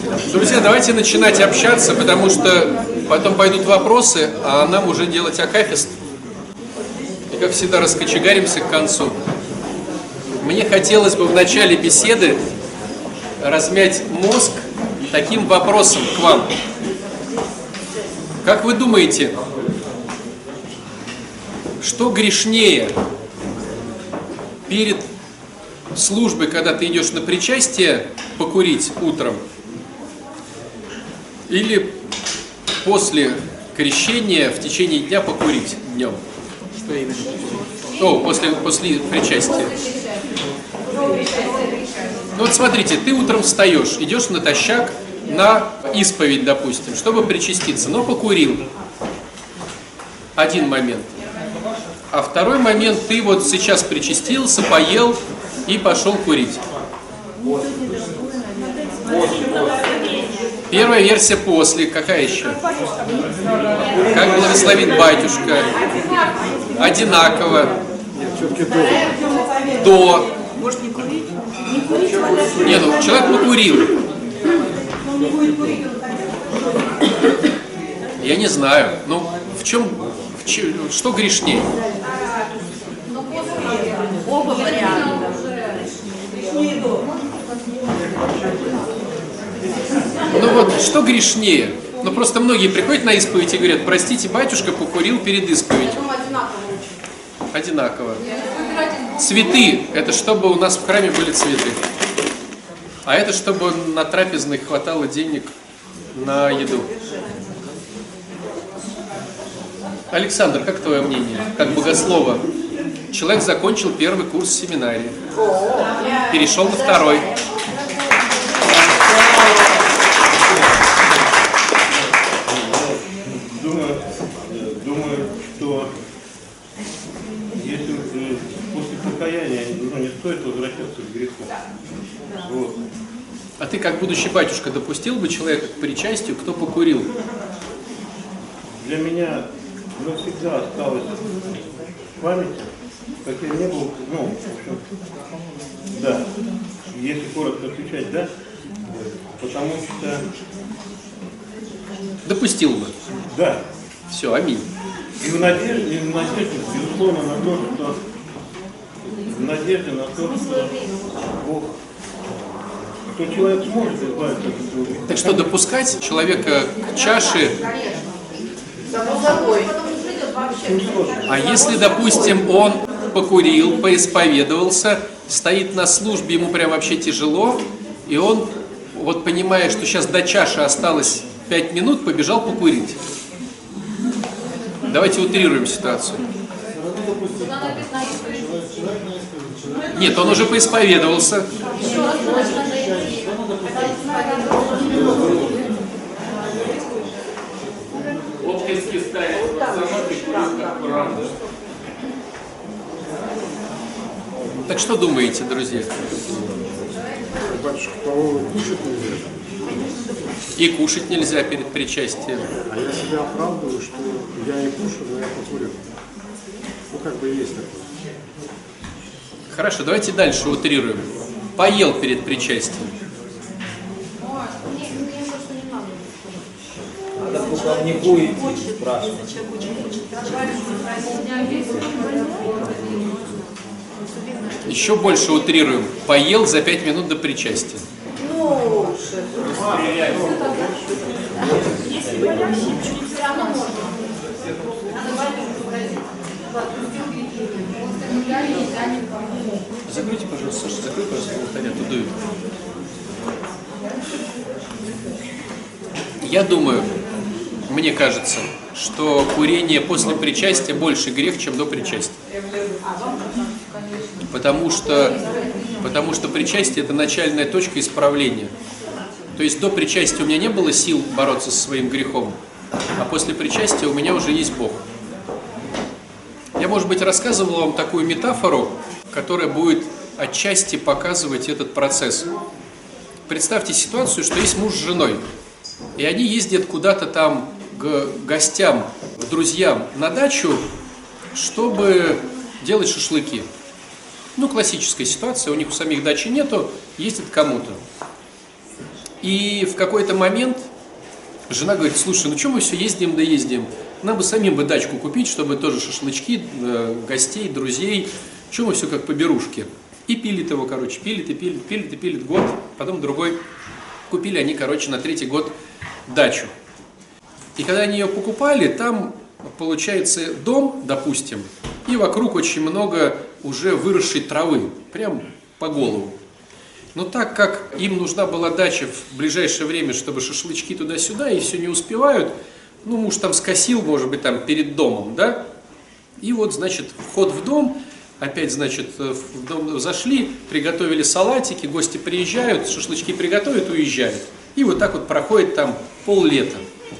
Друзья, давайте начинать общаться, потому что потом пойдут вопросы, а нам уже делать акафист. И, как всегда, раскочегаримся к концу. Мне хотелось бы в начале беседы размять мозг таким вопросом к вам. Как вы думаете, что грешнее перед службой, когда ты идешь на причастие, покурить утром, или после крещения в течение дня покурить днем? Что именно? После причастия. Ну вот смотрите, ты утром встаешь, идешь натощак на исповедь, допустим, чтобы причаститься, но покурил. Один момент. А второй момент, ты вот сейчас причастился, поел и пошел курить. Первая версия после, какая еще? Как благословит батюшка? Одинаково. До. Может, не курить? Не, ну человек покурил. Я не знаю. Ну, что грешнее? Оба варианта. Ну вот, что грешнее? Ну просто многие приходят на исповедь и говорят: простите, батюшка покурил перед исповедью. Одинаково. Цветы – это чтобы у нас в храме были цветы. А это чтобы на трапезной хватало денег на еду. Александр, как твое мнение? Как богослова. Человек закончил первый курс семинарии. Перешел на второй. Думаю, что если после покаяния не стоит возвращаться к греху. Вот. А ты, как будущий батюшка, допустил бы человека к причастию, кто покурил? Для меня навсегда осталось в памяти, как я не был, в общем, да, если коротко отвечать, да, потому что... Допустил бы. Да. Все, аминь. И в надежде, безусловно, на то, что Бог, что человек сможет избавиться от этого. Так что, допускать человека к чаше? А если, допустим, он покурил, поисповедовался, стоит на службе, ему прям вообще тяжело, и он, вот понимая, что сейчас до чаши осталось 5 минут, побежал покурить. Давайте утрируем ситуацию. Нет, он уже поисповедовался. Так что думаете, друзья? Батюшка, по-моему, кушать нельзя. И кушать нельзя перед причастием. А я себя оправдываю, что я не кушаю, но я покурю. Ну, как бы есть такое. Хорошо, давайте дальше утрируем. Поел перед причастием. Надо духовнику идти, спрашивать. Еще больше утрируем. Поел за 5 минут до причастия. Закройте, пожалуйста, Саша, закрой, пожалуйста, алтаря, тут дует. Я думаю, мне кажется, что курение после причастия больше грех, чем до причастия. Потому что причастие – это начальная точка исправления. То есть до причастия у меня не было сил бороться со своим грехом, а после причастия у меня уже есть Бог. Я, может быть, рассказывал вам такую метафору, которая будет отчасти показывать этот процесс. Представьте ситуацию, что есть муж с женой, и они ездят куда-то там к гостям, к друзьям на дачу, чтобы делать шашлыки. Ну, классическая ситуация, у них у самих дачи нету, ездят к кому-то. И в какой-то момент жена говорит: слушай, ну что мы все ездим да ездим? Нам бы самим бы дачку купить, чтобы тоже шашлычки, гостей, друзей. Что мы все как по берушке? И пилит его, короче, пилит год, потом другой. Купили они, короче, на 3-й год дачу. И когда они ее покупали, там получается дом, допустим, и вокруг очень много уже выросшей травы, прям по голову. Но так как им нужна была дача в ближайшее время, чтобы шашлычки туда-сюда, и все не успевают, ну, муж там скосил, может быть, там перед домом, да, и вот, значит, вход в дом, опять, значит, в дом зашли, приготовили салатики, гости приезжают, шашлычки приготовят, уезжают. И вот так вот проходит там пол-лета.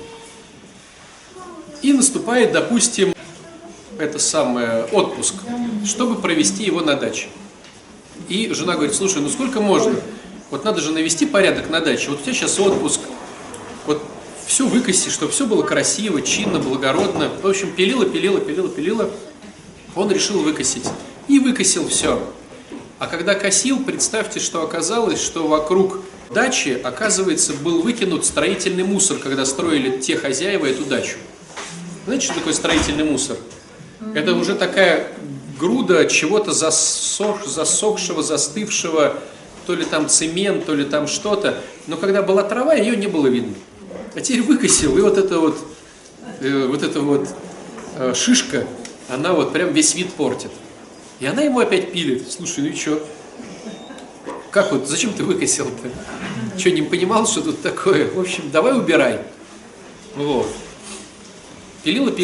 И наступает, допустим, это самое, отпуск, чтобы провести его на даче. И жена говорит: слушай, ну сколько можно? Вот надо же навести порядок на даче. Вот у тебя сейчас отпуск, вот все выкоси, чтобы все было красиво, чинно, благородно. В общем, пилила. Он решил выкосить. И выкосил все. А когда косил, представьте, что оказалось, что вокруг дачи, оказывается, был выкинут строительный мусор, когда строили те хозяева эту дачу. Знаете, что такое строительный мусор? Это уже такая груда чего-то засохшего, застывшего, то ли там цемент, то ли там что-то. Но когда была трава, ее не было видно. А теперь выкосил, и вот эта шишка, она вот прям весь вид портит. И она ему опять пилит. Слушай, ну и что? Как вот, зачем ты выкосил-то? Что, не понимал, что тут такое? В общем, давай убирай. Вот. Пилила.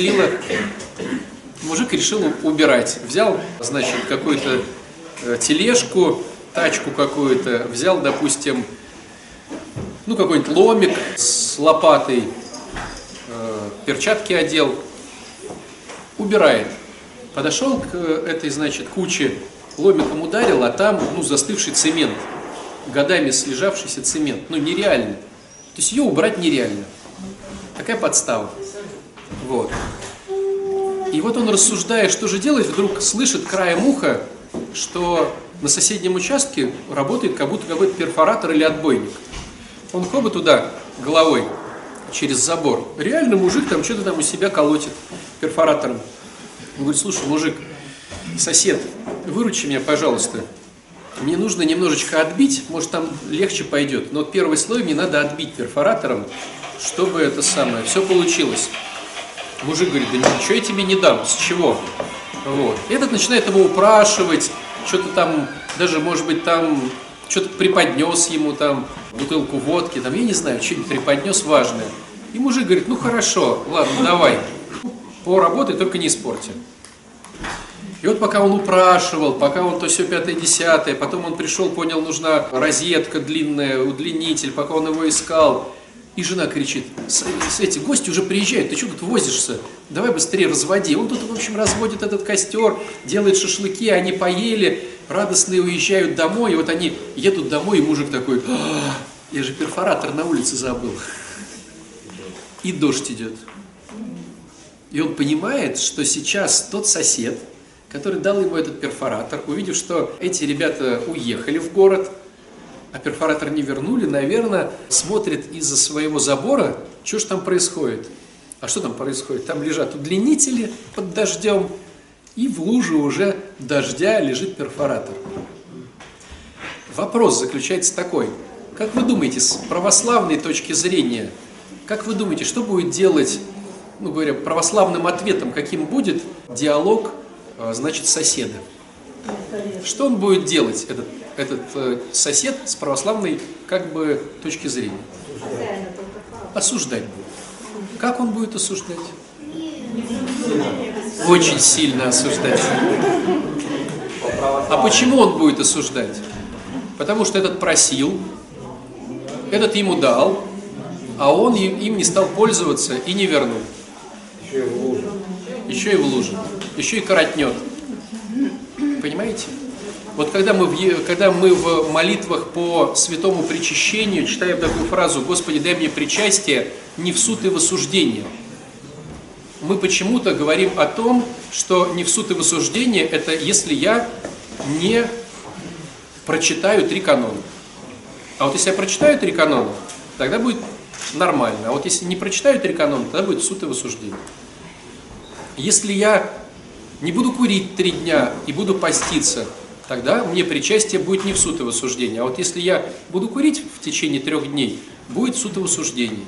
Мужик решил убирать. Взял, значит, какую-то тележку, тачку какую-то, взял, допустим, ну, какой-нибудь ломик с лопатой, перчатки одел, убирает. Подошел к этой, значит, куче, ломиком ударил, а там, ну, застывший цемент, годами слежавшийся цемент. Ну, нереально. То есть ее убрать нереально. Такая подстава. Вот. И вот он, рассуждая, что же делать, вдруг слышит краем уха, что на соседнем участке работает как будто какой-то перфоратор или отбойник. Он хоба туда головой через забор. Реально мужик там что-то там у себя колотит перфоратором. Он говорит: слушай, мужик, сосед, выручи меня, пожалуйста. Мне нужно немножечко отбить, может там легче пойдет. Но вот первый слой мне надо отбить перфоратором, чтобы это самое, все получилось. Мужик говорит: да ничего я тебе не дам, с чего? Вот. И этот начинает его упрашивать, что-то там, даже, может быть, там, что-то преподнес ему, там, бутылку водки, там, я не знаю, что-нибудь преподнес важное. И мужик говорит: ну хорошо, ладно, давай, поработай, только не испорти. И вот пока он упрашивал, пока он то все 5-10, потом он пришел, понял, нужна розетка длинная, удлинитель, пока он его искал. И жена кричит: эти гости уже приезжают, ты что тут возишься? Давай быстрее разводи. Он тут, в общем, разводит этот костер, делает шашлыки, они поели, радостные уезжают домой. И вот они едут домой, и мужик такой: я же перфоратор на улице забыл. И дождь идет. И он понимает, что сейчас тот сосед, который дал ему этот перфоратор, увидев, что эти ребята уехали в город, а перфоратор не вернули, наверное, смотрит из-за своего забора, что же там происходит. А что там происходит? Там лежат удлинители под дождем, и в луже уже дождя лежит перфоратор. Вопрос заключается такой: как вы думаете, с православной точки зрения, как вы думаете, что будет делать, ну говоря, православным ответом, каким будет диалог, значит, соседа? Что он будет делать, этот сосед, с православной, как бы, точки зрения? Осуждать будет. Как он будет осуждать? Очень сильно осуждать. А почему он будет осуждать? Потому что этот просил, этот ему дал, а он им не стал пользоваться и не вернул. Еще и в луже. Еще и в луже. Еще и коротнет. Понимаете? Вот когда мы в молитвах по святому причащению читаем такую фразу: «Господи, дай мне причастие не в суд и в осуждение», мы почему-то говорим о том, что не в суд и в осуждение — это если я не прочитаю 3 канона. А вот если я прочитаю 3 канона, тогда будет нормально. А вот если не прочитаю 3 канона, тогда будет суд и осуждение. Если я не буду курить 3 дня и буду поститься, тогда мне причастие будет не в суд и в осуждение. А вот если я буду курить в течение 3 дней, будет суд и в осуждении.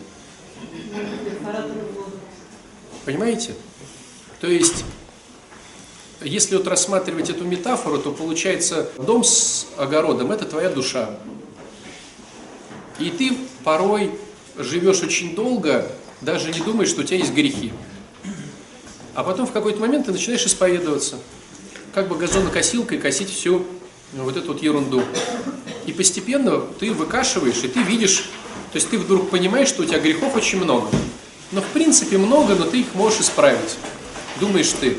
Понимаете? То есть, если вот рассматривать эту метафору, то получается, дом с огородом – это твоя душа. И ты порой живешь очень долго, даже не думаешь, что у тебя есть грехи. А потом в какой-то момент ты начинаешь исповедоваться. Как бы газонокосилкой косить всю вот эту вот ерунду. И постепенно ты выкашиваешь, и ты видишь, то есть ты вдруг понимаешь, что у тебя грехов очень много. Но в принципе много, но ты их можешь исправить. Думаешь ты.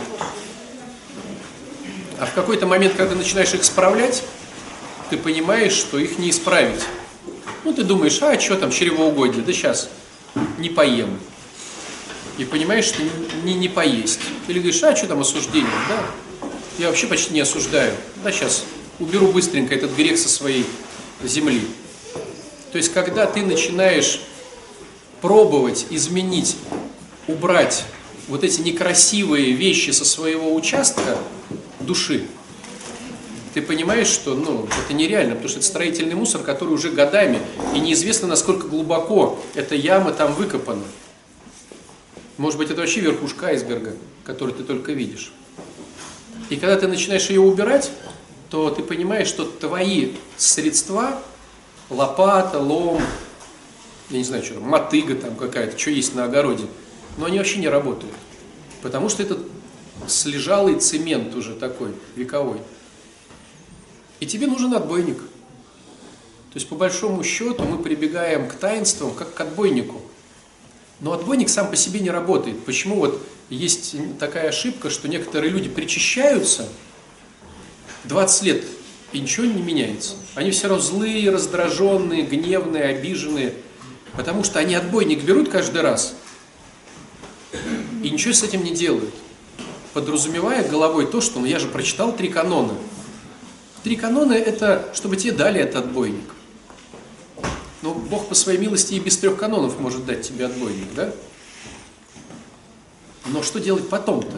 А в какой-то момент, когда ты начинаешь их исправлять, ты понимаешь, что их не исправить. Ну, ты думаешь, а что там, чревоугодие, да сейчас не поем. И понимаешь, что не поесть. Или говоришь, а что там осуждение, да? Я вообще почти не осуждаю. Да, сейчас уберу быстренько этот грех со своей земли. То есть, когда ты начинаешь пробовать изменить, убрать вот эти некрасивые вещи со своего участка души, ты понимаешь, что это нереально, потому что это строительный мусор, который уже годами, и неизвестно, насколько глубоко эта яма там выкопана. Может быть, это вообще верхушка айсберга, который ты только видишь. И когда ты начинаешь ее убирать, то ты понимаешь, что твои средства, лопата, лом, я не знаю, что там, мотыга там какая-то, что есть на огороде, но они вообще не работают. Потому что это слежалый цемент уже такой, вековой. И тебе нужен отбойник. То есть, по большому счету, мы прибегаем к таинствам, как к отбойнику. Но отбойник сам по себе не работает. Почему вот есть такая ошибка, что некоторые люди причащаются 20 лет, и ничего не меняется. Они все равно злые, раздраженные, гневные, обиженные. Потому что они отбойник берут каждый раз и ничего с этим не делают. Подразумевая головой то, что я же прочитал 3 канона. 3 канона – это чтобы тебе дали этот отбойник. Но Бог по своей милости и без 3 канонов может дать тебе отбойник, да? Но что делать потом-то?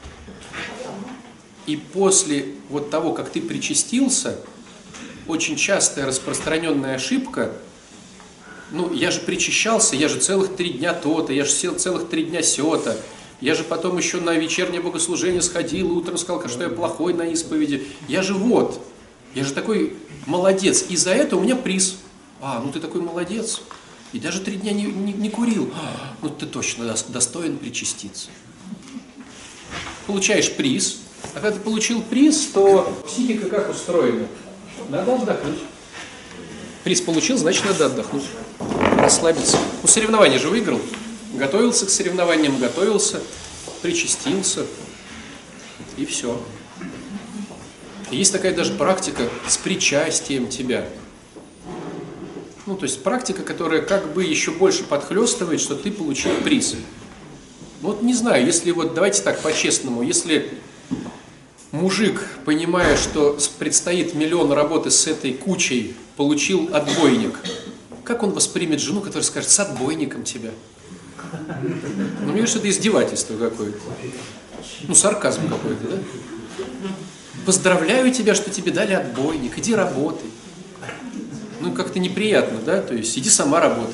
И после вот того, как ты причастился, очень частая распространенная ошибка, я же причащался, я же целых 3 дня то-то, я же сел целых 3 дня сё-то, я же потом еще на вечернее богослужение сходил, и утром сказал, что я плохой на исповеди, я же такой молодец, и за это у меня приз. Ты такой молодец, и даже 3 дня не курил, ты точно достоин причаститься. Получаешь приз, а когда ты получил приз, то психика как устроена? Надо отдохнуть. Приз получил, значит надо отдохнуть, расслабиться. Соревнования же выиграл, готовился к соревнованиям, причастился, и все. Есть такая даже практика с причастием тебя. То есть практика, которая как бы еще больше подхлестывает, что ты получил приз. Не знаю, если давайте так по-честному, если мужик, понимая, что предстоит миллион работы с этой кучей, получил отбойник, как он воспримет жену, которая скажет, с отбойником тебя? Мне кажется, это издевательство какое-то. Сарказм какой-то, да? Поздравляю тебя, что тебе дали отбойник, иди работай. Как-то неприятно, да? То есть, иди сама работай.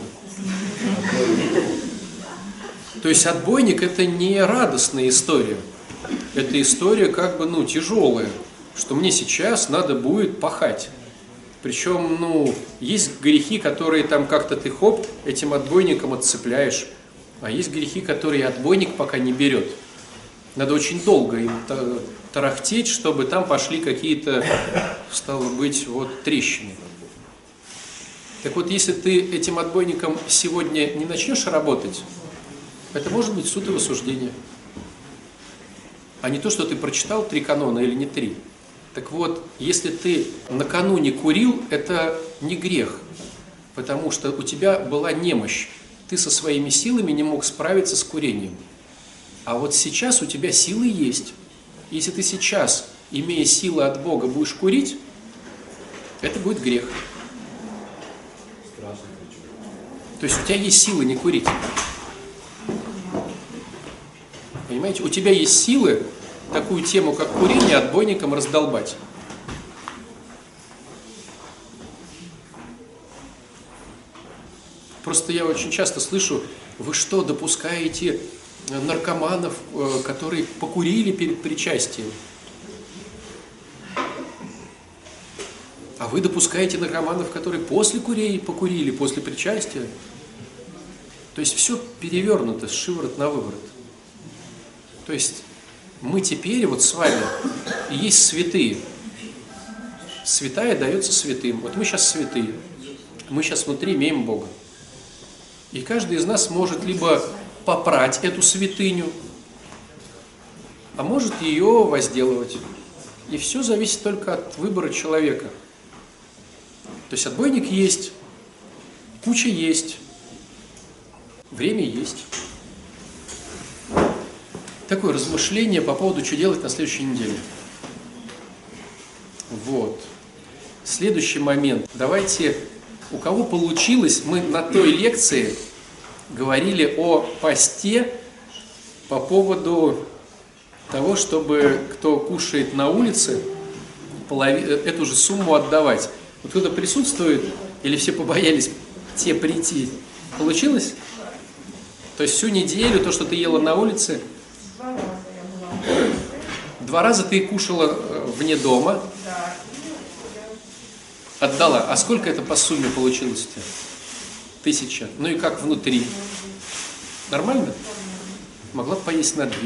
То есть, отбойник – это не радостная история. Это история тяжелая, что мне сейчас надо будет пахать. Причем, есть грехи, которые там как-то ты этим отбойником отцепляешь. А есть грехи, которые отбойник пока не берет. Надо очень долго им тарахтеть, чтобы там пошли какие-то, стало быть, трещины. Так вот, если ты этим отбойником сегодня не начнешь работать, это может быть суд и осуждение. А не то, что ты прочитал 3 канона или не 3. Так вот, если ты накануне курил, это не грех, потому что у тебя была немощь. Ты со своими силами не мог справиться с курением. А вот сейчас у тебя силы есть. Если ты сейчас, имея силы от Бога, будешь курить, это будет грех. То есть у тебя есть силы не курить. Понимаете? У тебя есть силы такую тему, как курение, отбойником раздолбать. Просто я очень часто слышу, вы что, допускаете наркоманов, которые покурили перед причастием? А вы допускаете наркоманов, которые после покурили, после причастия? То есть все перевернуто с шиворот на выворот. То есть мы теперь вот с вами и есть святые. Святая дается святым. Вот мы сейчас святые. Мы сейчас внутри имеем Бога. И каждый из нас может либо попрать эту святыню, а может ее возделывать. И все зависит только от выбора человека. То есть отбойник есть, куча есть, время есть. Такое размышление по поводу, что делать на следующей неделе. Вот. Следующий момент. Давайте, у кого получилось, мы на той лекции говорили о посте по поводу того, чтобы кто кушает на улице, эту же сумму отдавать. Вот кто-то присутствует, или все побоялись те прийти? Получилось? То есть всю неделю то, что ты ела на улице, 2 раза ты кушала вне дома, отдала. А сколько это по сумме получилось-то? 1000. Ну и как внутри? Нормально? Могла бы поесть на 2.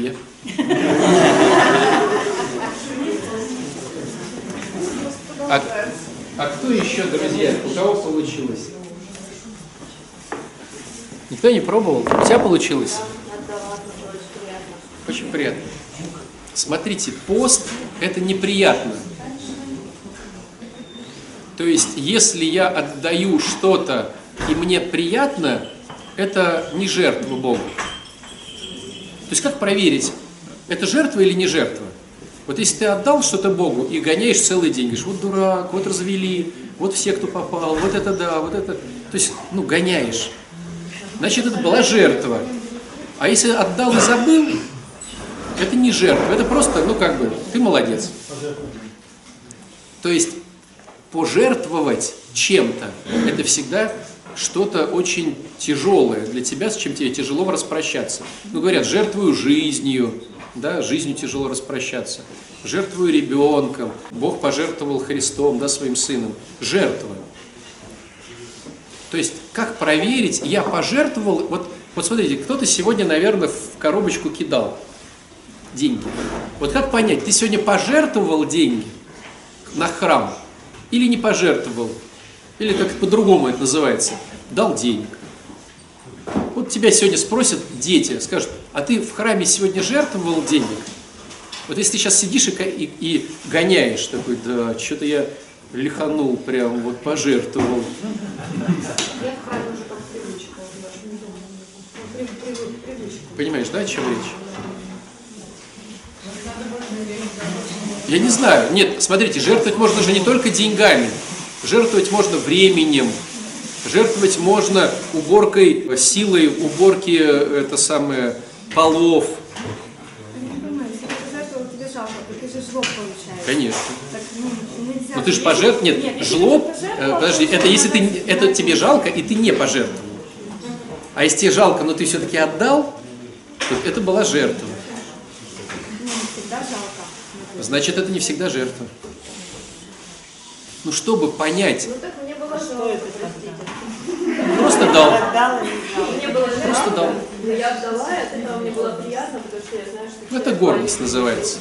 А кто еще, друзья? У кого получилось? Никто не пробовал? У тебя получилось? Очень приятно. Смотрите, пост – это неприятно. То есть, если я отдаю что-то, и мне приятно, это не жертва Богу. То есть, как проверить, это жертва или не жертва? Вот если ты отдал что-то Богу и гоняешь целый день, говоришь, вот дурак, вот развели, вот все, кто попал, вот это да, вот это. То есть, гоняешь. Значит, это была жертва. А если отдал и забыл, это не жертва, это просто, ты молодец. То есть, пожертвовать чем-то, это всегда что-то очень тяжелое для тебя, с чем тебе тяжело распрощаться. Говорят, жертвую жизнью, да, жизнью тяжело распрощаться. Жертвую ребенком, Бог пожертвовал Христом, да, своим сыном. Жертва. То есть, как проверить, я пожертвовал, вот смотрите, кто-то сегодня, наверное, в коробочку кидал деньги. Вот как понять, ты сегодня пожертвовал деньги на храм или не пожертвовал? Или как по-другому это называется, дал денег. Вот тебя сегодня спросят дети, скажут, а ты в храме сегодня жертвовал денег? Вот если ты сейчас сидишь и гоняешь, такой, да, что-то я лиханул прям, вот пожертвовал. Я в храме уже как привычка. Понимаешь, да, о чем речь? Я не знаю. Нет, смотрите, жертвовать можно же не только деньгами. Жертвовать можно временем. Жертвовать можно уборкой, силой уборки, полов. Я не понимаю, если ты пожертвовал, тебе жалко, ты же жлоб получаешь. Конечно. Так, нельзя. Но ты же пожертвовал. Нет, жлоб, подожди, это если это тебе жалко, и ты не пожертвовал. А если тебе жалко, но ты все-таки отдал, то это была жертва. Мне не всегда жалко. Значит, это не всегда жертва. Чтобы понять, Ну так мне было жалко, простите. просто дал. Мне было жалко, Просто дал. но я отдала, и от этого мне было приятно, потому что я знаю, что... Это гордость называется.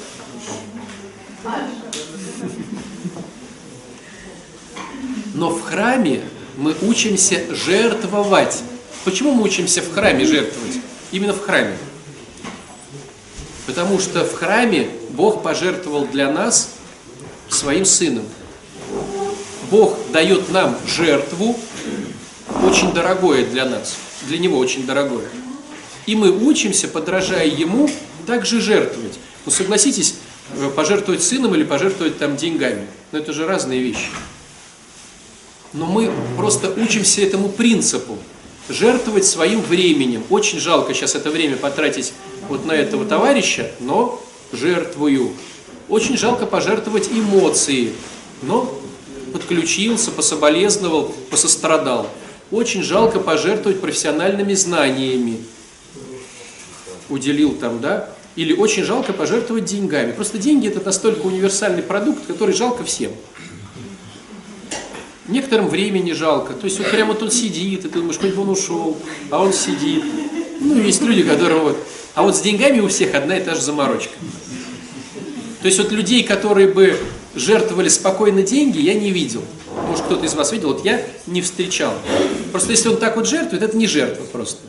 Но в храме мы учимся жертвовать. Почему мы учимся в храме жертвовать? Именно в храме. Потому что в храме Бог пожертвовал для нас своим Сыном. Бог дает нам жертву, очень дорогое для нас, для Него очень дорогое. И мы учимся, подражая Ему, также жертвовать. Согласитесь, пожертвовать сыном или пожертвовать деньгами. Но это же разные вещи. Но мы просто учимся этому принципу. Жертвовать своим временем. Очень жалко сейчас это время потратить вот на этого товарища, но жертвую. Очень жалко пожертвовать эмоции, но подключился, пособолезновал, посострадал. Очень жалко пожертвовать профессиональными знаниями. Уделил там, да? Или очень жалко пожертвовать деньгами. Просто деньги – это настолько универсальный продукт, который жалко всем. Некоторым времени жалко. То есть вот прямо вот он сидит, и ты думаешь, хоть бы он ушел, а он сидит. Ну, есть люди, которые вот... А вот с деньгами у всех одна и та же заморочка. То есть вот людей, которые бы жертвовали спокойно деньги, я не видел. Может, кто-то из вас видел, вот я не встречал. Просто если он так вот жертвует, это не жертва просто.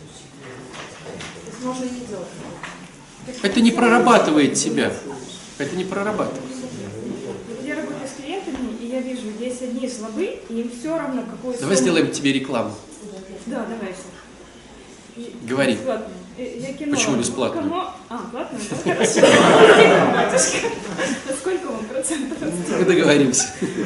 Это не прорабатывает тебя. Это не прорабатывает. Я работаю с клиентами, и я вижу, здесь одни слабы, и им все равно, какую Давай сделаем тебе рекламу. Да, давай. Говори. Бесплатно. Я кинула. Почему бесплатно? Платно? Ну, хорошо. Батюшка. Сколько вам процентов? Мы договоримся.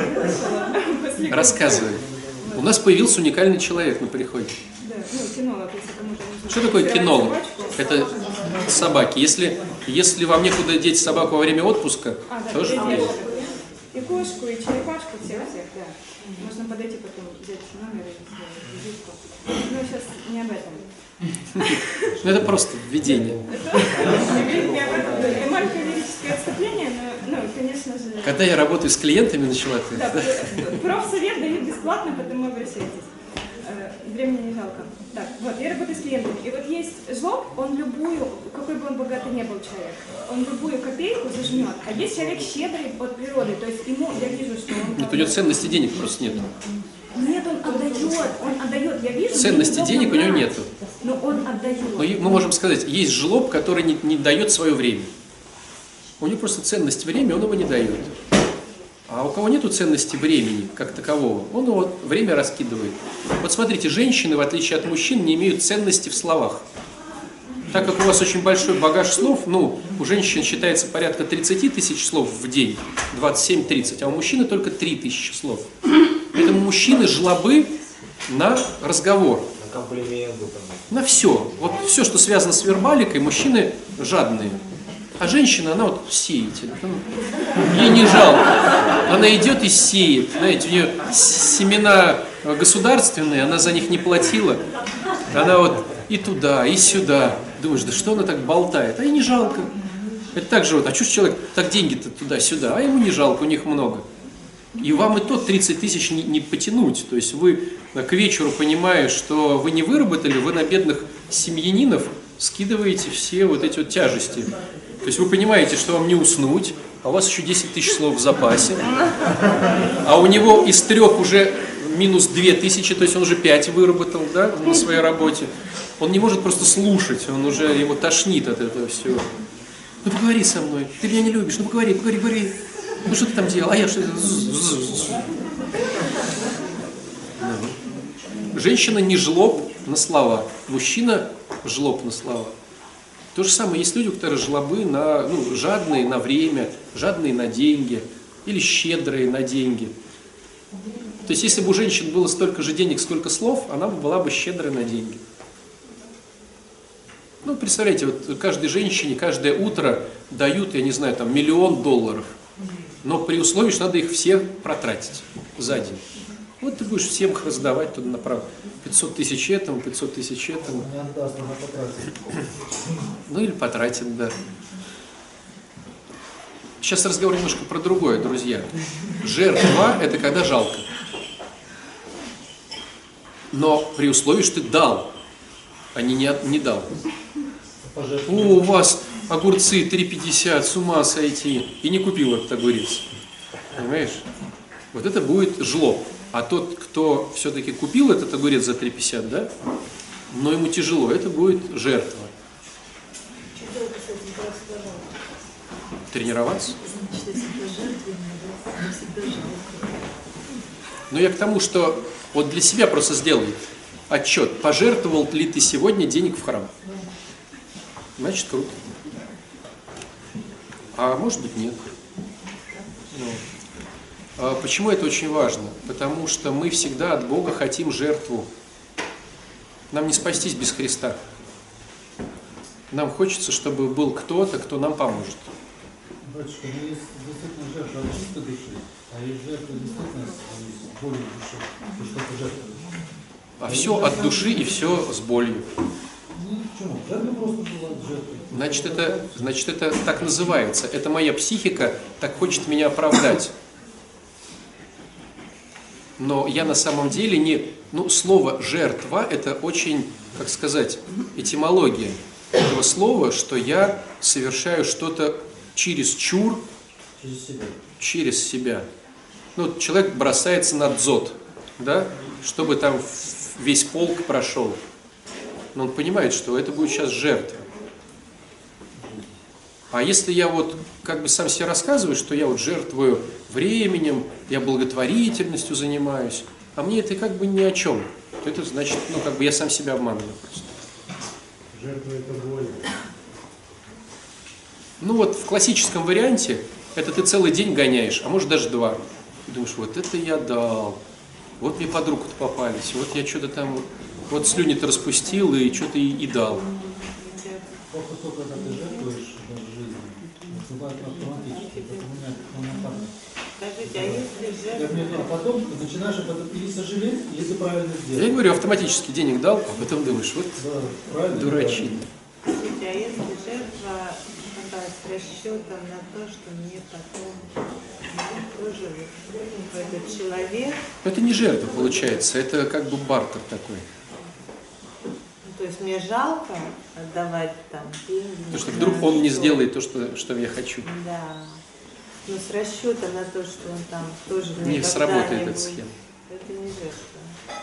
После Рассказывай. У нас появился уникальный человек на переходе. Да, ну, кинолог, если кому-то нужно. Что такое кинолог? Собачку. Это собаки. Если вам некуда деть собаку во время отпуска, Да, тоже и нет. и кошку, и черепашку, всех, да. Можно подойти потом, взять номер и визитку. Ну, сейчас не об этом. Ну, это просто введение. Не об этом, да. И маленькое лирическое отступление, но, конечно же... Когда я работаю с клиентами, начала ты. Да, профсовет дают бесплатно, поэтому обращайтесь. Времени не жалко. Так, вот, я работаю с клиентами. И вот есть жлоб, он любую, какой бы он богатый не был человек, он любую копейку зажмет. А есть человек щедрый от природы, то есть ему, я вижу, что он... Нет, у него ценности денег просто нет. Нет, он отдает, я вижу. Ценности денег у него нету. Но он отдает. Но мы можем сказать, есть жлоб, который не дает свое время. У него просто ценность времени, он его не дает. А у кого нету ценности времени, как такового, он его время раскидывает. Вот смотрите, женщины, в отличие от мужчин, не имеют ценности в словах. Так как у вас очень большой багаж слов, ну, у женщин считается порядка 30 тысяч слов в день, 27-30, а у мужчины только 3 тысячи слов. Поэтому мужчины жлобы на разговор. На комплименты там. На все. Вот все, что связано с вербаликой, мужчины жадные. А женщина, она вот сеет. Ей не жалко. Она идет и сеет. Знаете, у нее семена государственные, она за них не платила. Она вот и туда, и сюда. Думаешь, да что она так болтает? А ей не жалко. Это так же вот, а что ж человек, так деньги-то туда-сюда, а ему не жалко, у них много. И вам и тот 30 тысяч не потянуть. То есть вы к вечеру, понимая, что вы не выработали, вы на бедных семьянинов скидываете все вот эти вот тяжести. То есть вы понимаете, что вам не уснуть, а у вас еще 10 тысяч слов в запасе, а у него из 3 уже минус 2000, то есть он уже 5 выработал, да, на своей работе. Он не может просто слушать, он уже, его тошнит от этого всего. Ну поговори со мной, ты меня не любишь, ну поговори. Ну что ты там делал? А я что? Женщина не жлоб на слова, мужчина жлоб на слова. То же самое, есть люди, которые жлобы жадные на время, жадные на деньги или щедрые на деньги. То есть, если бы у женщин было столько же денег, сколько слов, она была бы щедрой на деньги. Ну, представляете, вот каждой женщине каждое утро дают, я не знаю, там, $1 миллион. Но при условии, что надо их все протратить за день. Вот ты будешь всем их раздавать туда направо. 500 тысяч этому, 500 тысяч этому. Не отдаст, она потратит. Ну или потратит, да. Сейчас разговор немножко про другое, друзья. Жертва – это когда жалко. Но при условии, что ты дал, а не дал. О, у вас огурцы 3,50, с ума сойти. И не купил этот огурец. Понимаешь? Вот это будет жлоб. А тот, кто все-таки купил этот огурец за 3,50, да, но ему тяжело, это будет жертва. Тренироваться? Но я к тому, что вот для себя просто сделай отчет, пожертвовал ли ты сегодня денег в храм. Значит, круто. А может быть, нет. Почему это очень важно? Потому что мы всегда от Бога хотим жертву. Нам не спастись без Христа. Нам хочется, чтобы был кто-то, кто нам поможет. Батюшка, ну есть действительно жертва от чистой души, а есть жертва действительно с болью души, и что-то жертвуешь. А все от души и все с болью. Ну, почему? Жертва просто бывает жертвой. Значит, это так называется. Это моя психика так хочет меня оправдать. Но я на самом деле не... Ну, слово «жертва» – это очень, как сказать, этимология этого слова, что я совершаю что-то чересчур, через себя. Ну, человек бросается на дзот, да, чтобы там весь полк прошел. Но он понимает, что это будет сейчас жертва. А если я вот как бы сам себе рассказываю, что я вот жертвую временем, я благотворительностью занимаюсь, а мне это как бы ни о чем, то это значит, ну как бы я сам себя обманываю просто. Жертва это боль. Ну вот в классическом варианте это ты целый день гоняешь, а может даже 2. И думаешь, вот это я дал, вот мне под руку-то попались, вот я что-то там, вот слюни-то распустил и что-то и дал. Только то, когда ты жертвуешь в жизни, бывает автоматически, это у меня так. Скажите, а если жертва... А потом ты начинаешь об этом или сожалеть, или ты правильно Я сделал. говорю, автоматически денег дал, а потом думаешь, вот Да, правильно. дурачина. Скажите, а если жертва такая с расчетом на то, что мне потом тоже этот человек, Но это не жертва получается, это как бы бартер такой. то есть мне жалко отдавать там деньги. Потому что вдруг он не сделает то, что я хочу. Да. Но с расчетом на то, что он там тоже Не сработает эта когда-нибудь. схема. Это не жертва.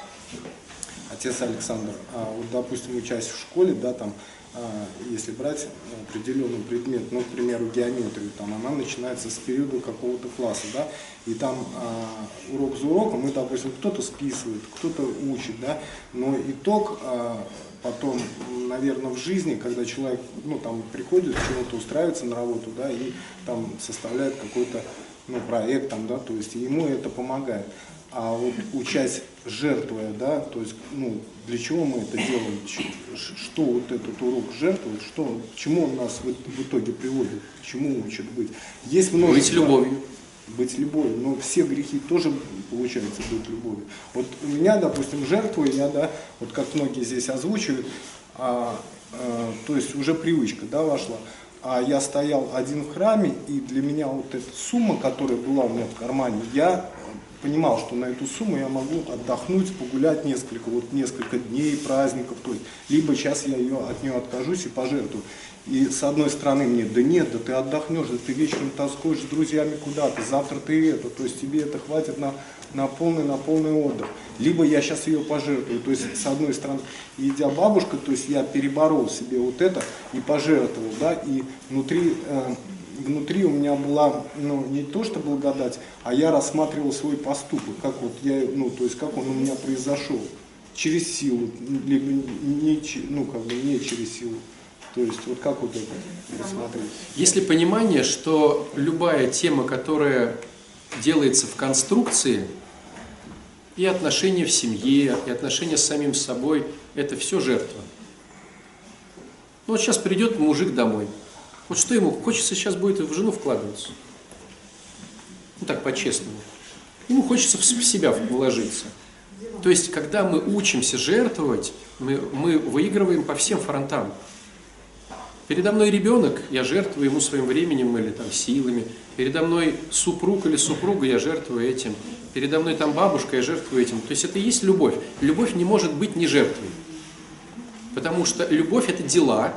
Отец Александр, вот, допустим, учась в школе, да, там, если брать определенный предмет, ну, к примеру, геометрию, там, она начинается с периода какого-то класса, да, и там урок за уроком, и, допустим, кто-то списывает, кто-то учит, да, но итог потом, наверное, в жизни, когда человек, ну, там, приходит к чему-то, устраивается на работу, да, и там составляет какой-то, ну, проект, там, да, то есть ему это помогает. А вот учась жертвуя, да, то есть, ну, для чего мы это делаем, что вот этот урок жертвует, что, к чему он нас в итоге приводит, к чему учит быть. Есть множество... Быть любовью. Быть любовью, но все грехи тоже, получается, быть любовью. Вот у меня, допустим, жертвую, я, да, вот как многие здесь озвучивают, то есть уже привычка, да, вошла. А я стоял один в храме, и для меня вот эта сумма, которая была у меня в кармане, я понимал, что на эту сумму я могу отдохнуть, погулять несколько дней, праздников, то есть, либо сейчас я от нее откажусь и пожертвую. И с одной стороны мне, да нет, да ты отдохнешь, да ты вечером тоскуешь с друзьями куда-то, завтра ты это, то есть тебе это хватит на полный отдых. Либо я сейчас ее пожертвую, то есть с одной стороны, идя бабушка, то есть я переборол себе вот это и пожертвовал, да, и внутри у меня была, ну, не то что благодать, а я рассматривал свой поступок, как вот я, ну, то есть как он у меня произошел, через силу, либо не, ну, как бы не через силу. То есть вот как вот это рассмотреть? Есть ли понимание, что любая тема, которая делается в конструкции, и отношения в семье, и отношения с самим собой, это все жертва. Ну вот сейчас придет мужик домой. Вот что ему хочется сейчас будет в жену вкладываться? Ну так, по-честному. Ему хочется в себя вложиться. То есть, когда мы учимся жертвовать, мы выигрываем по всем фронтам. Передо мной ребенок, я жертвую ему своим временем или там силами. Передо мной супруг или супруга, я жертвую этим. Передо мной там бабушка, я жертвую этим. То есть это и есть любовь. Любовь не может быть не жертвой. Потому что любовь – это дела,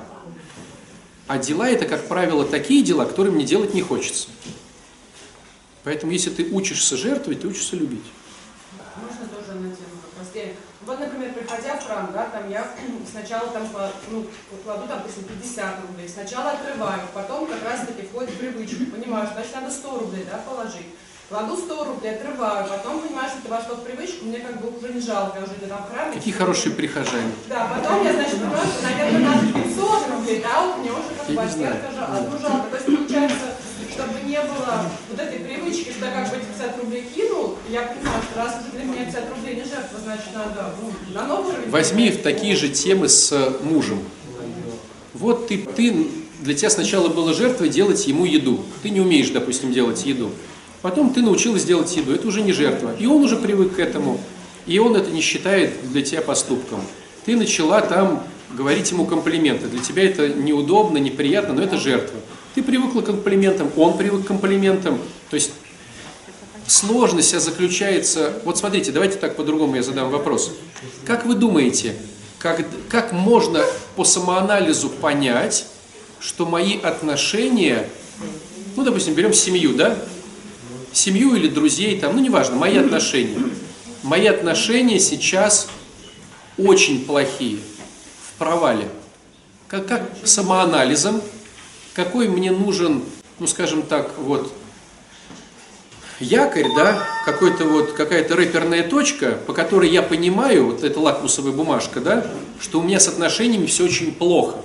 а дела – это, как правило, такие дела, которые мне делать не хочется. Поэтому если ты учишься жертвовать, ты учишься любить. Можно тоже на тему простее. Вот, например, приходя в храм, да, там я сначала там, ну, кладу, там, 50 рублей, сначала отрываю, потом как раз-таки входит в привычку, понимаю, что, значит, надо 100 рублей, да, положить. Кладу 100 рублей, отрываю, потом понимаю, что это вошло в привычку, мне как бы уже не жалко, я уже где-то в храме. Какие хорошие прихожане. Да, потом я, значит, понимаю, что, наверное, надо 500 рублей, да, вот мне уже как бы откажу, одну жалко. То есть получается, что чтобы не было вот этой привычки, что я как бы эти 50 рублей кинул, я понимаю, что раз это для меня 50 рублей не жертва, значит надо на новый уровень. Возьми такие же темы с мужем. Вот ты, для тебя сначала было жертвой делать ему еду. Ты не умеешь, допустим, делать еду. Потом ты научилась делать еду. Это уже не жертва. И он уже привык к этому. И он это не считает для тебя поступком. Ты начала там говорить ему комплименты. Для тебя это неудобно, неприятно, но это жертва. Ты привыкла к комплиментам, он привык к комплиментам. То есть сложность вся заключается... Вот смотрите, давайте так по-другому я задам вопрос. Как вы думаете, как можно по самоанализу понять, что мои отношения... Ну, допустим, берем семью, да? Семью или друзей, там, ну, неважно, мои отношения. Мои отношения сейчас очень плохие, в провале. Как самоанализом, какой мне нужен, ну, скажем так, вот, якорь, да, какая-то рэперная точка, по которой я понимаю, вот эта лакмусовая бумажка, да, что у меня с отношениями все очень плохо.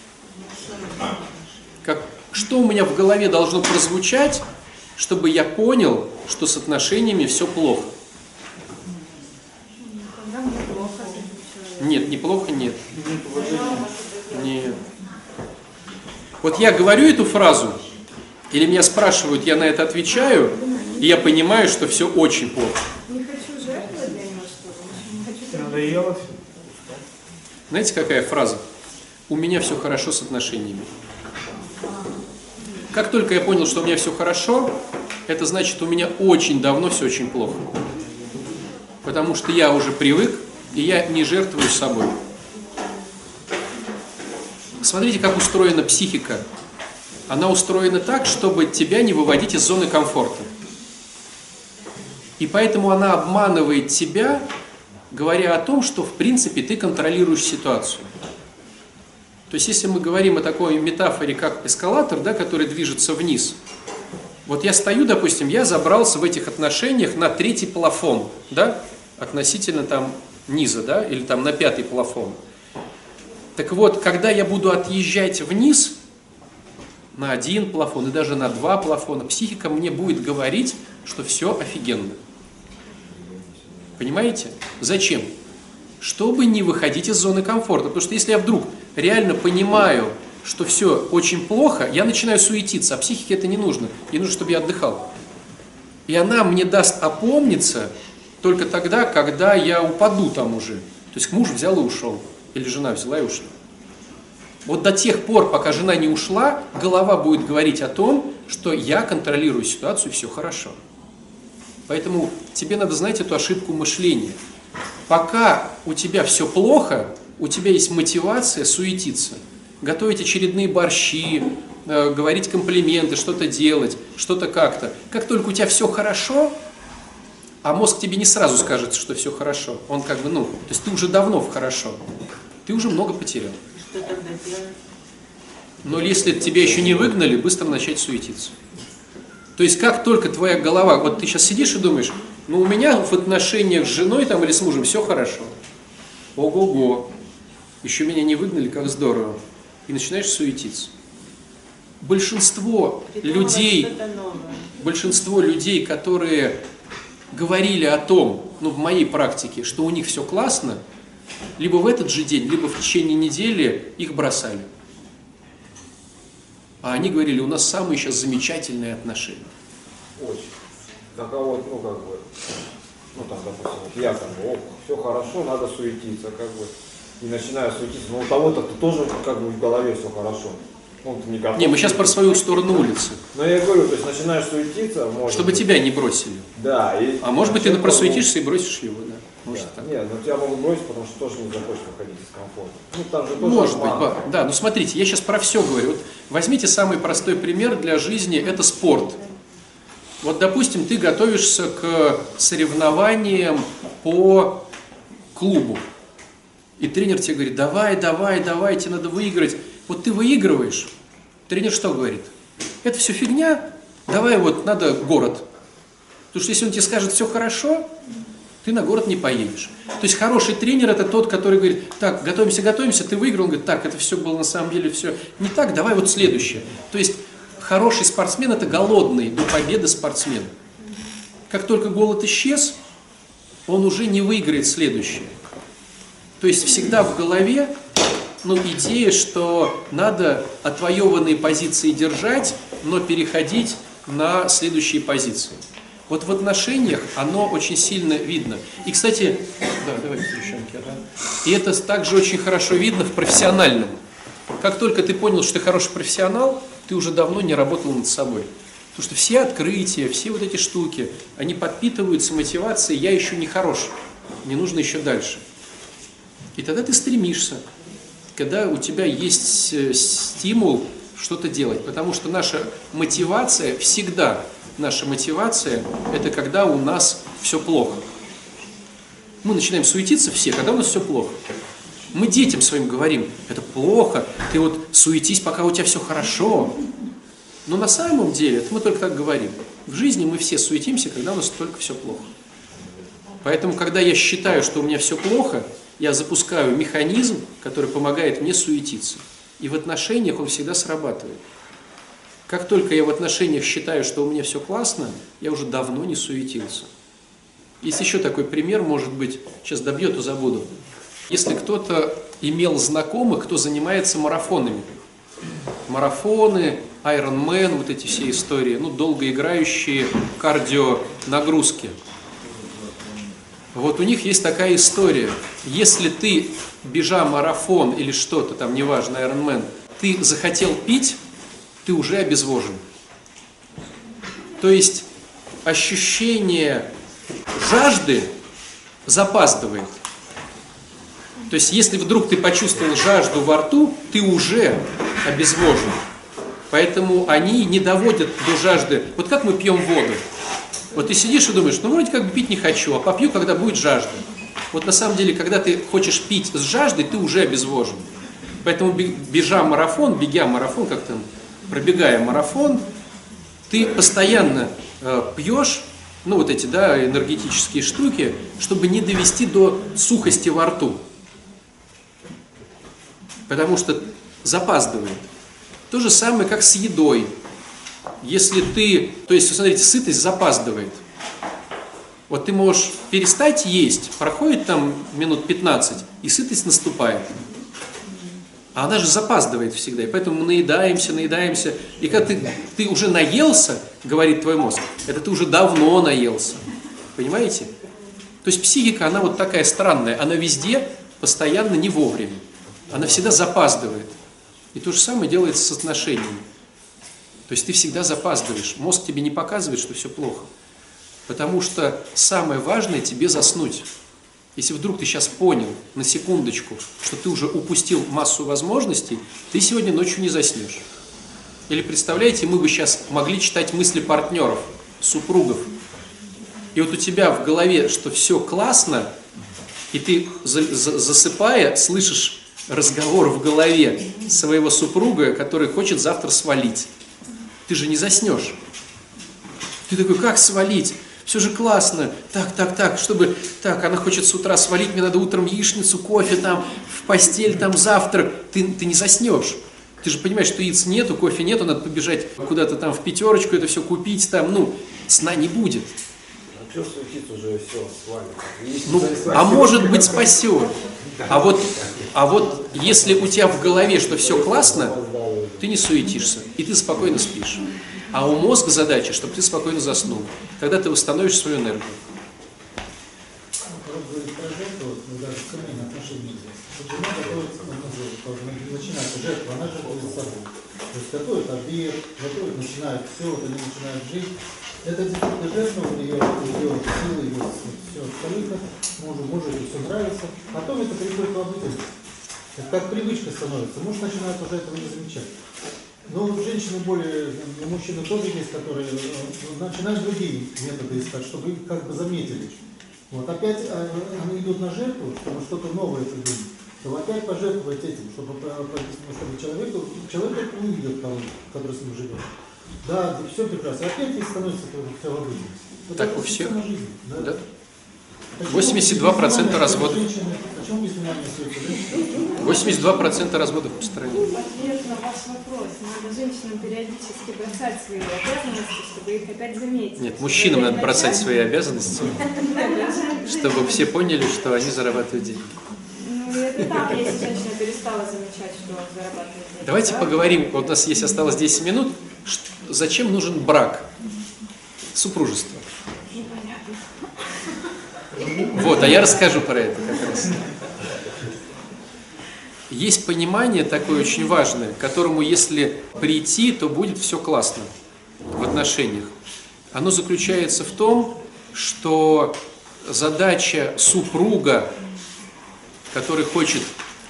Что у меня в голове должно прозвучать, чтобы я понял, что с отношениями все плохо? Нет, неплохо нет. Нет. Вот я говорю эту фразу, или меня спрашивают, я на это отвечаю, и я понимаю, что все очень плохо. Не хочу жертвовать для него, что ли? Не хочу. Знаете, какая фраза? У меня все хорошо с отношениями. Как только я понял, что у меня все хорошо, это значит, у меня очень давно все очень плохо. Потому что я уже привык, и я не жертвую собой. Смотрите, как устроена психика. Она устроена так, чтобы тебя не выводить из зоны комфорта. И поэтому она обманывает тебя, говоря о том, что в принципе ты контролируешь ситуацию. То есть, если мы говорим о такой метафоре, как эскалатор, да, который движется вниз, вот я стою, допустим, я забрался в этих отношениях на 3-й плафон, да, относительно там низа, да, или там на 5-й плафон. Так вот, когда я буду отъезжать вниз на 1 плафон и даже на 2 плафона, психика мне будет говорить, что все офигенно. Понимаете? Зачем? Чтобы не выходить из зоны комфорта. Потому что если я вдруг реально понимаю, что все очень плохо, я начинаю суетиться, а психике это не нужно. Ей нужно, чтобы я отдыхал. И она мне даст опомниться только тогда, когда я упаду там уже. То есть муж взял и ушел. Или жена взяла и ушла. Вот до тех пор, пока жена не ушла, голова будет говорить о том, что я контролирую ситуацию, все хорошо. Поэтому тебе надо знать эту ошибку мышления. Пока у тебя все плохо, у тебя есть мотивация суетиться. Готовить очередные борщи, говорить комплименты, что-то делать, что-то как-то. Как только у тебя все хорошо, а мозг тебе не сразу скажет, что все хорошо. Он как бы, то есть ты уже давно в хорошо. Ты уже много потерял. Что тогда делать? Но если тебя еще не выгнали, быстро начать суетиться. То есть как только твоя голова, вот ты сейчас сидишь и думаешь, у меня в отношениях с женой там, или с мужем все хорошо. Ого-го. Еще меня не выгнали, как здорово. И начинаешь суетиться. Большинство людей, которые говорили о том, в моей практике, что у них все классно, либо в этот же день, либо в течение недели их бросали. А они говорили, у нас самые сейчас замечательные отношения. Очень. Так, допустим, я все хорошо, надо суетиться, и начинаю суетиться, но у того-то тоже в голове все хорошо. Не, мы сейчас про свою сторону улицы. Но я говорю, то есть начинаешь суетиться, чтобы тебя не бросили. Да. А может быть, ты просуетишься и бросишь его, да? Может, да. так. Нет, тебя могут бросить, потому что тоже не захочешь выходить из комфорта. Там же тоже может быть, да. Смотрите, я сейчас про все говорю. Вот возьмите самый простой пример для жизни, это спорт. Вот, допустим, ты готовишься к соревнованиям по клубу. И тренер тебе говорит, давай, тебе надо выиграть. Вот ты выигрываешь, тренер что говорит? Это все фигня, давай надо город. Потому что если он тебе скажет, все хорошо, ты на город не поедешь. То есть хороший тренер это тот, который говорит, так, готовимся, ты выиграл, он говорит, так, это все было на самом деле все не так, давай следующее. То есть хороший спортсмен – это голодный до победы спортсмен. Как только голод исчез, он уже не выиграет следующее. То есть всегда в голове идея, что надо отвоеванные позиции держать, но переходить на следующие позиции. Вот в отношениях оно очень сильно видно. И, кстати, да, давайте девчонки, да. И это также очень хорошо видно в профессиональном. Как только ты понял, что ты хороший профессионал, ты уже давно не работал над собой. Потому что все открытия, все вот эти штуки, они подпитываются мотивацией «я еще не хорош, мне нужно еще дальше». И тогда ты стремишься, когда у тебя есть стимул что-то делать. Потому что наша мотивация всегда, это когда у нас все плохо. Мы начинаем суетиться все, когда у нас все плохо. Мы детям своим говорим, это плохо, ты вот суетись, пока у тебя все хорошо. Но на самом деле, это мы только так говорим. В жизни мы все суетимся, когда у нас только все плохо. Поэтому, когда я считаю, что у меня все плохо, я запускаю механизм, который помогает мне суетиться. И в отношениях он всегда срабатывает. Как только я в отношениях считаю, что у меня все классно, я уже давно не суетился. Есть еще такой пример, может быть, сейчас добью, то забуду. Если кто-то имел знакомых, кто занимается марафонами. Марафоны, Ironman, вот эти все истории, долгоиграющие кардионагрузки. Вот у них есть такая история. Если ты, бежа марафон или что-то там, неважно, Ironman, ты захотел пить, ты уже обезвожен. То есть ощущение жажды запаздывает. То есть если вдруг ты почувствовал жажду во рту, ты уже обезвожен. Поэтому они не доводят до жажды. Вот как мы пьем воду. Вот ты сидишь и думаешь, вроде как бы пить не хочу, а попью, когда будет жажда. Вот на самом деле, когда ты хочешь пить с жаждой, ты уже обезвожен. Поэтому бегя марафон, пробегая марафон, ты постоянно пьешь, вот эти, энергетические штуки, чтобы не довести до сухости во рту. Потому что запаздывает. То же самое, как с едой. Если смотрите, сытость запаздывает. Вот ты можешь перестать есть, проходит там минут 15, и сытость наступает. А она же запаздывает всегда, и поэтому мы наедаемся. И когда ты уже наелся, говорит твой мозг, это ты уже давно наелся. Понимаете? То есть психика, она вот такая странная, она везде постоянно не вовремя. Она всегда запаздывает. И то же самое делается с отношениями. То есть ты всегда запаздываешь. Мозг тебе не показывает, что все плохо. Потому что самое важное тебе заснуть. Если вдруг ты сейчас понял, на секундочку, что ты уже упустил массу возможностей, ты сегодня ночью не заснешь. Или представляете, мы бы сейчас могли читать мысли партнеров, супругов. И вот у тебя в голове, что все классно, и ты, засыпая, слышишь разговор в голове своего супруга, который хочет завтра свалить. Ты же не заснешь. Ты такой, как свалить? Все же классно. Так, она хочет с утра свалить, мне надо утром яичницу, кофе, в постель, завтрак. Ты не заснешь. Ты же понимаешь, что яиц нету, кофе нету, надо побежать куда-то в пятерочку, это все купить, сна не будет. А что суетиться уже все, свалит? А может быть спасет. А вот если у тебя в голове, что все классно, ты не суетишься, и ты спокойно спишь. А у мозга задача, чтобы ты спокойно заснул. Тогда ты восстановишь свою энергию. Начинается жертва, она жертвует собой. То есть готовит обед, начинает все, они начинают жить. Это действительно жертва, ее силы, ее все остальное, мужу это все нравится. Потом это приходит в обыденность. Это как привычка становится. Муж начинает уже этого не замечать. Но женщины более, мужчины тоже есть, которые начинают другие методы искать, чтобы их как бы заметили. Вот опять они идут на жертву, чтобы что-то новое придумать. Чтобы опять пожертвовать этим, чтобы человек увидел того, который с ним живет. Да, все прекрасно. Опять ей становится все в обыденности. Так у всех. Да? 82% разводов. Почему без внимания остается женщина? 82% разводов по стране. Ответ на ваш вопрос. Надо женщинам периодически бросать свои обязанности, чтобы их опять заметить. Нет, мужчинам надо бросать свои обязанности, чтобы все поняли, что они зарабатывают деньги. Ну, это так, если женщина перестала замечать, что он зарабатывает деньги. Давайте поговорим, вот у нас есть осталось 10 минут, зачем нужен брак, супружество. Вот, а я расскажу про это как раз. Есть понимание такое очень важное, к которому если прийти, то будет все классно в отношениях. Оно заключается в том, что задача супруга, который хочет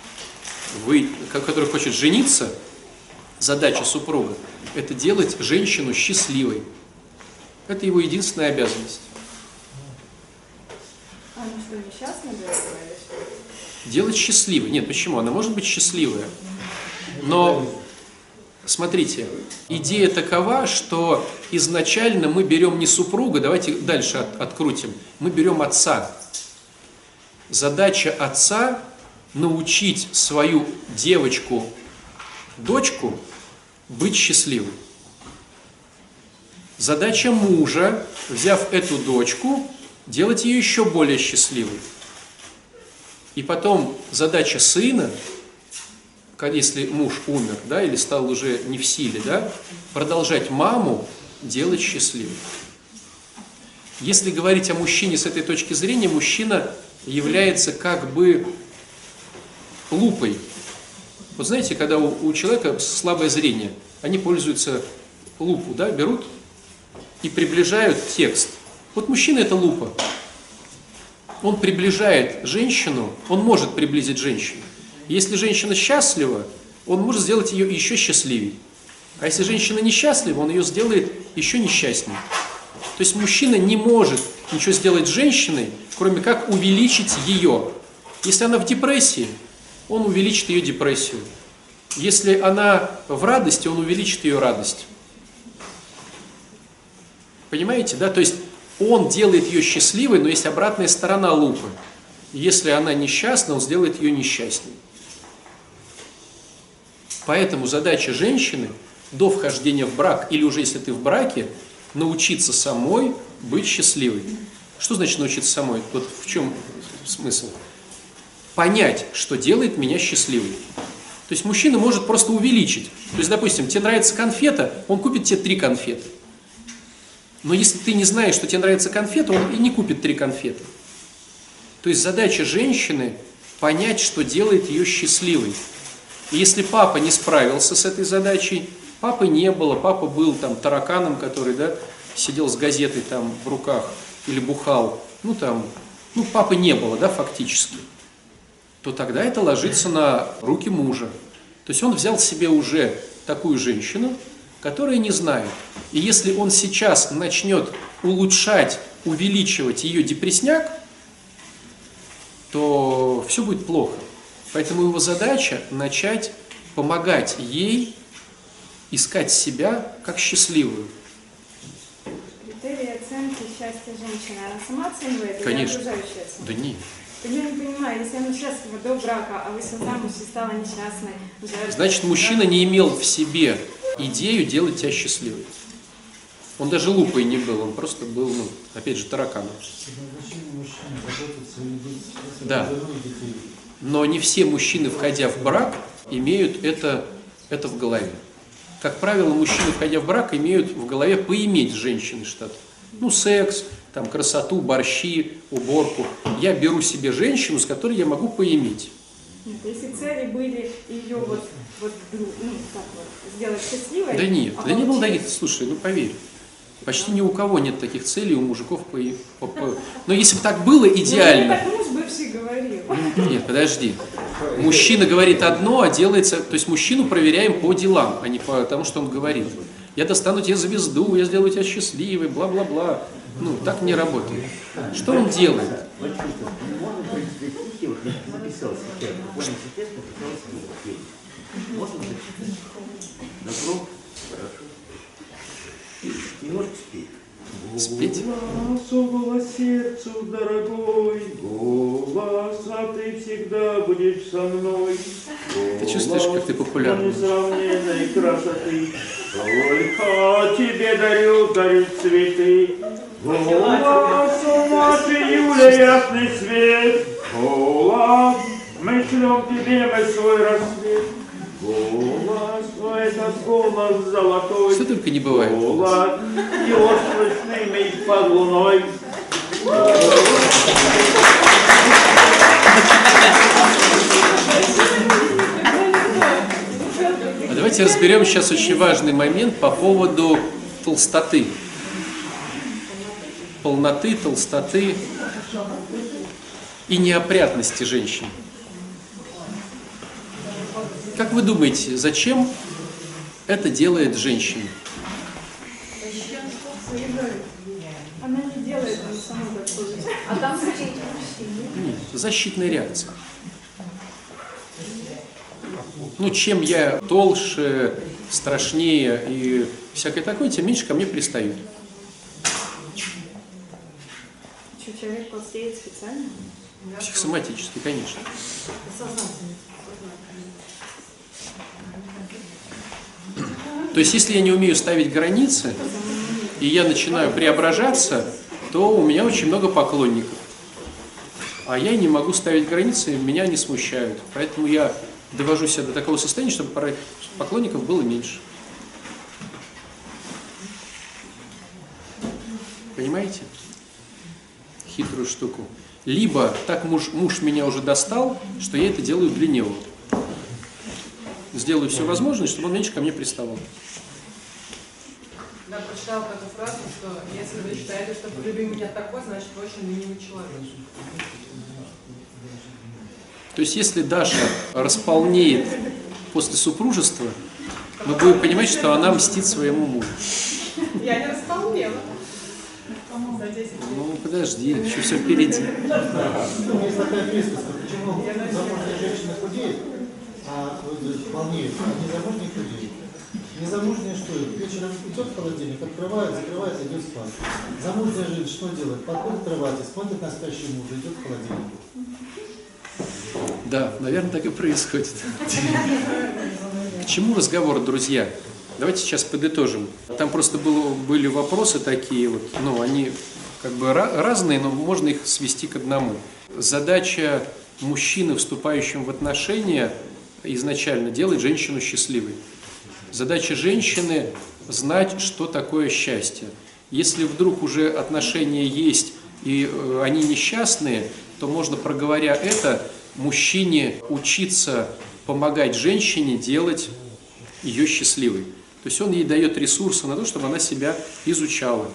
жениться, задача супруга – это делать женщину счастливой. Это его единственная обязанность. А ну что, несчастна была, или что? Делать счастливой. Нет, почему? Она может быть счастливая. Но, смотрите, идея такова, что изначально мы берем не супруга, давайте дальше открутим, мы берем отца. Задача отца – научить свою девочку, дочку быть счастливой. Задача мужа, взяв эту дочку, делать ее еще более счастливой. И потом задача сына, если муж умер, да, или стал уже не в силе, да, продолжать маму делать счастливой. Если говорить о мужчине с этой точки зрения, мужчина является как бы лупой. Вот знаете, когда у человека слабое зрение, они пользуются лупу, да, берут и приближают текст. Вот мужчина – это лупа. Он приближает женщину, он может приблизить женщину. Если женщина счастлива, он может сделать ее еще счастливее. А если женщина несчастлива, он ее сделает еще несчастнее. То есть мужчина не может ничего сделать с женщиной, кроме как увеличить ее. Если она в депрессии, он увеличит ее депрессию. Если она в радости, он увеличит ее радость. Понимаете, да? То есть он делает ее счастливой, но есть обратная сторона лупы. Если она несчастна, он сделает ее несчастней. Поэтому задача женщины до вхождения в брак, или уже если ты в браке, научиться самой быть счастливой. Что значит научиться самой? Вот в чем смысл? Понять, что делает меня счастливой. То есть мужчина может просто увеличить. То есть, допустим, тебе нравится конфета, он купит тебе 3 конфеты. Но если ты не знаешь, что тебе нравится конфета, он и не купит 3 конфеты. То есть задача женщины понять, что делает ее счастливой. И если папа не справился с этой задачей, папы не было, папа был там тараканом, который, да, сидел с газетой там в руках или бухал, папы не было, да, фактически, то тогда это ложится на руки мужа. То есть он взял себе уже такую женщину, которая не знает. И если он сейчас начнет улучшать, увеличивать ее депрессняк, то все будет плохо. Поэтому его задача начать помогать ей искать себя как счастливую. Критерии оценки счастья женщины, она сама оценивает? Конечно. Или окружающие оценивают? Да нет. Я не понимаю, если она счастлива до брака, а вышла замуж и стала несчастной, значит, мужчина не имел в себе идею делать тебя счастливой. Он даже лупой не был, он просто был, опять же, тараканом. Да. Но не все мужчины, входя в брак, имеют это в голове. Как правило, мужчины, входя в брак, имеют в голове поиметь с женщиной что-то. Секс, там, красоту, борщи, уборку. Я беру себе женщину, с которой я могу поиметь. Если цели были ее сделать счастливой... Да нет, да не было таких, слушай, поверь. Почти ни у кого нет таких целей, у мужиков Но если бы так было идеально... так муж бывший говорил. Нет, подожди. Мужчина говорит одно, а делается... То есть мужчину проверяем по делам, а не по тому, что он говорит. Я достану тебе звезду, я сделаю тебя счастливой, бла-бла-бла. Так не работает. Что он делает? Немножко спеть. Спеть? Голос сердцу дорогой, голос, а ты всегда будешь со мной. Ты чувствуешь, как ты популярный? Несравненной красоты, только тебе дарю цветы. Голос, ночи Юля, ясный свет, голос, мы шлем тебе мы свой рассвет. Голос, этот голос золотой. Что только не бывает. Голос, его слышный под луной. А давайте разберем сейчас очень важный момент по поводу толстоты. Полноты, толстоты и неопрятности женщин. Как вы думаете, зачем это делает женщина? Она не делает, она сама готовит. А там какие-то Нет, защитная реакция. Ну, чем я толще, страшнее и всякое такое, тем меньше ко мне пристают. Что, человек толстеет специально? Психосоматически, конечно. То есть, если я не умею ставить границы, и я начинаю преображаться, то у меня очень много поклонников. А я не могу ставить границы, меня не смущают. Поэтому я довожу себя до такого состояния, чтобы поклонников было меньше. Понимаете? Хитрую штуку. Либо так муж меня уже достал, что я это делаю для него. Сделаю все возможное, чтобы он меньше ко мне приставал. Я прочитала эту фразу, что если вы считаете, что полюби меня такой, значит вы очень ленивый человек. То есть, если Даша располнеет после супружества, мы будем понимать, что она мстит своему мужу. Я не располнела. За 10 лет. Ну, подожди, еще все впереди. Есть такая присказка, почему замужняя женщина худеет, а полнеет, а незамужняя худеет. Незамужняя что? Вечером идет в холодильник, открывает, закрывает, идет спать. Замужняя женщина что делает? Подходит к кровати, смотрит на спящего мужа, идет в холодильник. Да, наверное, так и происходит. К чему разговор, друзья? Давайте сейчас подытожим. Там просто были вопросы такие, вот, ну, они как бы разные, но можно их свести к одному. Задача мужчины, вступающего в отношения, изначально делать женщину счастливой. Задача женщины – знать, что такое счастье. Если вдруг уже отношения есть, и они несчастные, то можно, проговоря это, мужчине учиться помогать женщине делать ее счастливой. То есть он ей дает ресурсы на то, чтобы она себя изучала.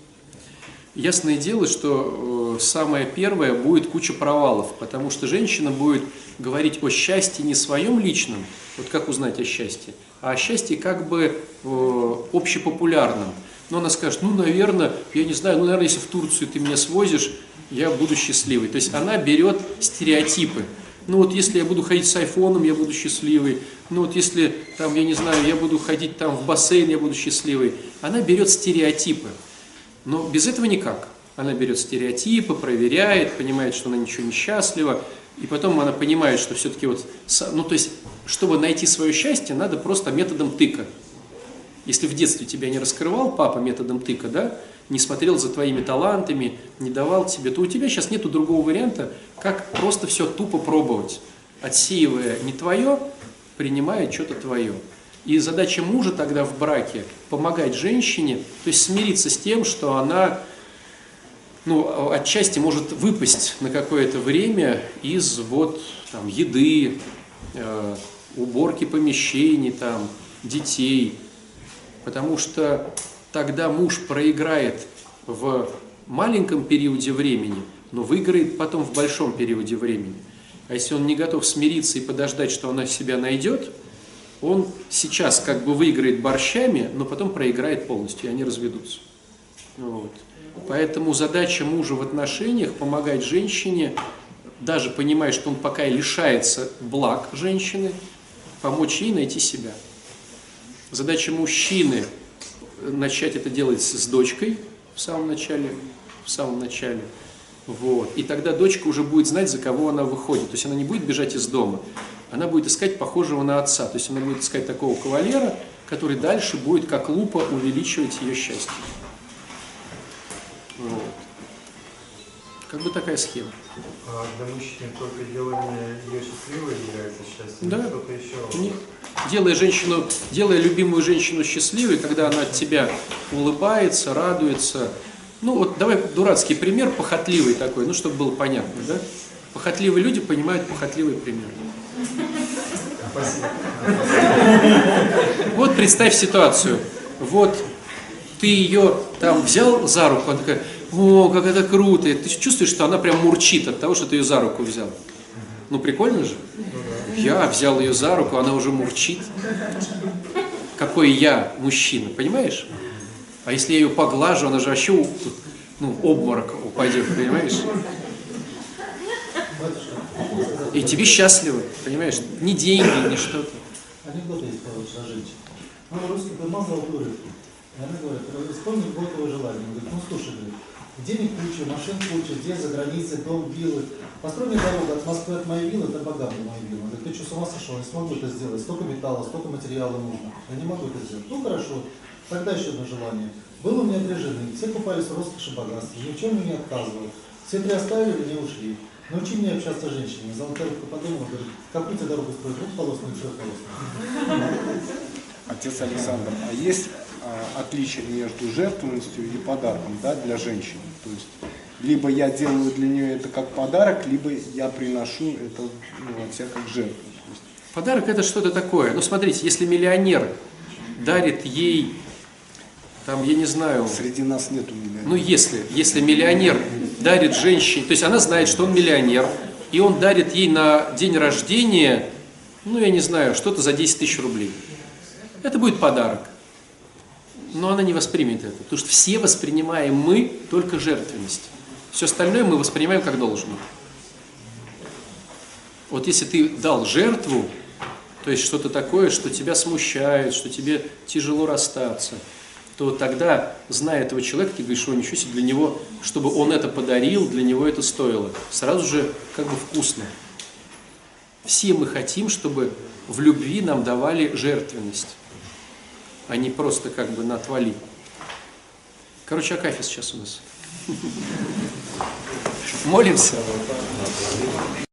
Ясное дело, что самое первое будет куча провалов, потому что женщина будет говорить о счастье не своем личном, вот как узнать о счастье, а о счастье как бы общепопулярном. Но она скажет, ну, наверное, я не знаю, ну, наверное, если в Турцию ты меня свозишь, я буду счастливой. То есть она берет стереотипы. Ну вот если я буду ходить с айфоном, я буду счастливый. Ну вот если, там, я не знаю, я буду ходить там в бассейн, я буду счастливый. Она берет стереотипы. Но без этого никак. Она берет стереотипы, проверяет, понимает, что она ничего не счастлива. И потом она понимает, что все-таки вот, ну то есть, чтобы найти свое счастье, надо просто методом тыка. Если в детстве тебя не раскрывал папа методом тыка, да, не смотрел за твоими талантами, не давал тебе, то у тебя сейчас нету другого варианта, как просто все тупо пробовать, отсеивая не твое, принимая что-то твое. И задача мужа тогда в браке помогать женщине, то есть смириться с тем, что она, ну, отчасти может выпасть на какое-то время из вот там еды, уборки помещений, там, детей, потому что тогда муж проиграет в маленьком периоде времени, но выиграет потом в большом периоде времени. А если он не готов смириться и подождать, что она себя найдет, он сейчас как бы выиграет борщами, но потом проиграет полностью, и они разведутся. Вот. Поэтому задача мужа в отношениях помогать женщине, даже понимая, что он пока лишается благ женщины, помочь ей найти себя. Задача мужчины начать это делать с дочкой, в самом начале, в самом начале. Вот. И тогда дочка уже будет знать, за кого она выходит. То есть она не будет бежать из дома, она будет искать похожего на отца. То есть она будет искать такого кавалера, который дальше будет как лупа увеличивать ее счастье. Вот. Как бы такая схема. А для мужчин только делание ее счастливой является счастьем? Да. Что-то еще? Нет. Делая любимую женщину счастливой, когда она от тебя улыбается, радуется. Ну вот давай дурацкий пример, похотливый такой, ну чтобы было понятно, да? Похотливые люди понимают похотливый пример. Спасибо. Вот представь ситуацию. Вот ты ее там взял за руку, она такая: о, как это круто. И ты чувствуешь, что она прям мурчит от того, что ты ее за руку взял. Ну прикольно же? Я взял ее за руку, она уже мурчит. Какой я мужчина, понимаешь? А если я ее поглажу, она же вообще обморок упадет, понимаешь? И тебе счастливо, понимаешь? Ни деньги, ни что-то. Анекдот есть хороший о женщине. Ну, русский поймал золотую рыбку. И она говорит: вспомни год его желания. Он говорит: ну слушай, говорит, денег куча, машин куча, здесь, за границей, дом, виллы. Построй мне дорогу от Москвы от моей виллы до Багамы моей виллы. Он говорит: ты что, с ума сошел? Я не смогу это сделать. Столько металла, столько материала нужно. Я не могу это сделать. Ну хорошо. Тогда еще одно желание. Было у меня 3 жены, все купались в роскоши богатстве, ни в чем мне не отказывали. Все 3 оставили, не ушли. Научи меня общаться с женщинами. Золотая рыбка подумала, говорит: какую тебе дорогу строить? Двухполосную, четырехполосную. Отец Александр, а есть отличие между жертвенностью и подарком, да, для женщины? То есть либо я делаю для нее это как подарок, либо я приношу это от себя как жертву. Подарок это что-то такое. Ну смотрите, если миллионер дарит ей, там, я не знаю... Среди нас нету миллионеров. Ну если миллионер дарит женщине, то есть она знает, что он миллионер, и он дарит ей на день рождения, ну я не знаю, что-то за 10 000 рублей. Это будет подарок. Но она не воспримет это, потому что все воспринимаем мы только жертвенность. Все остальное мы воспринимаем как должное. Вот если ты дал жертву, то есть что-то такое, что тебя смущает, что тебе тяжело расстаться, то тогда, зная этого человека, ты говоришь: о, ничего себе, для него, чтобы он это подарил, для него это стоило. Сразу же как бы вкусно. Все мы хотим, чтобы в любви нам давали жертвенность, а не просто как бы на отвали. Короче, акафист сейчас у нас. Молимся.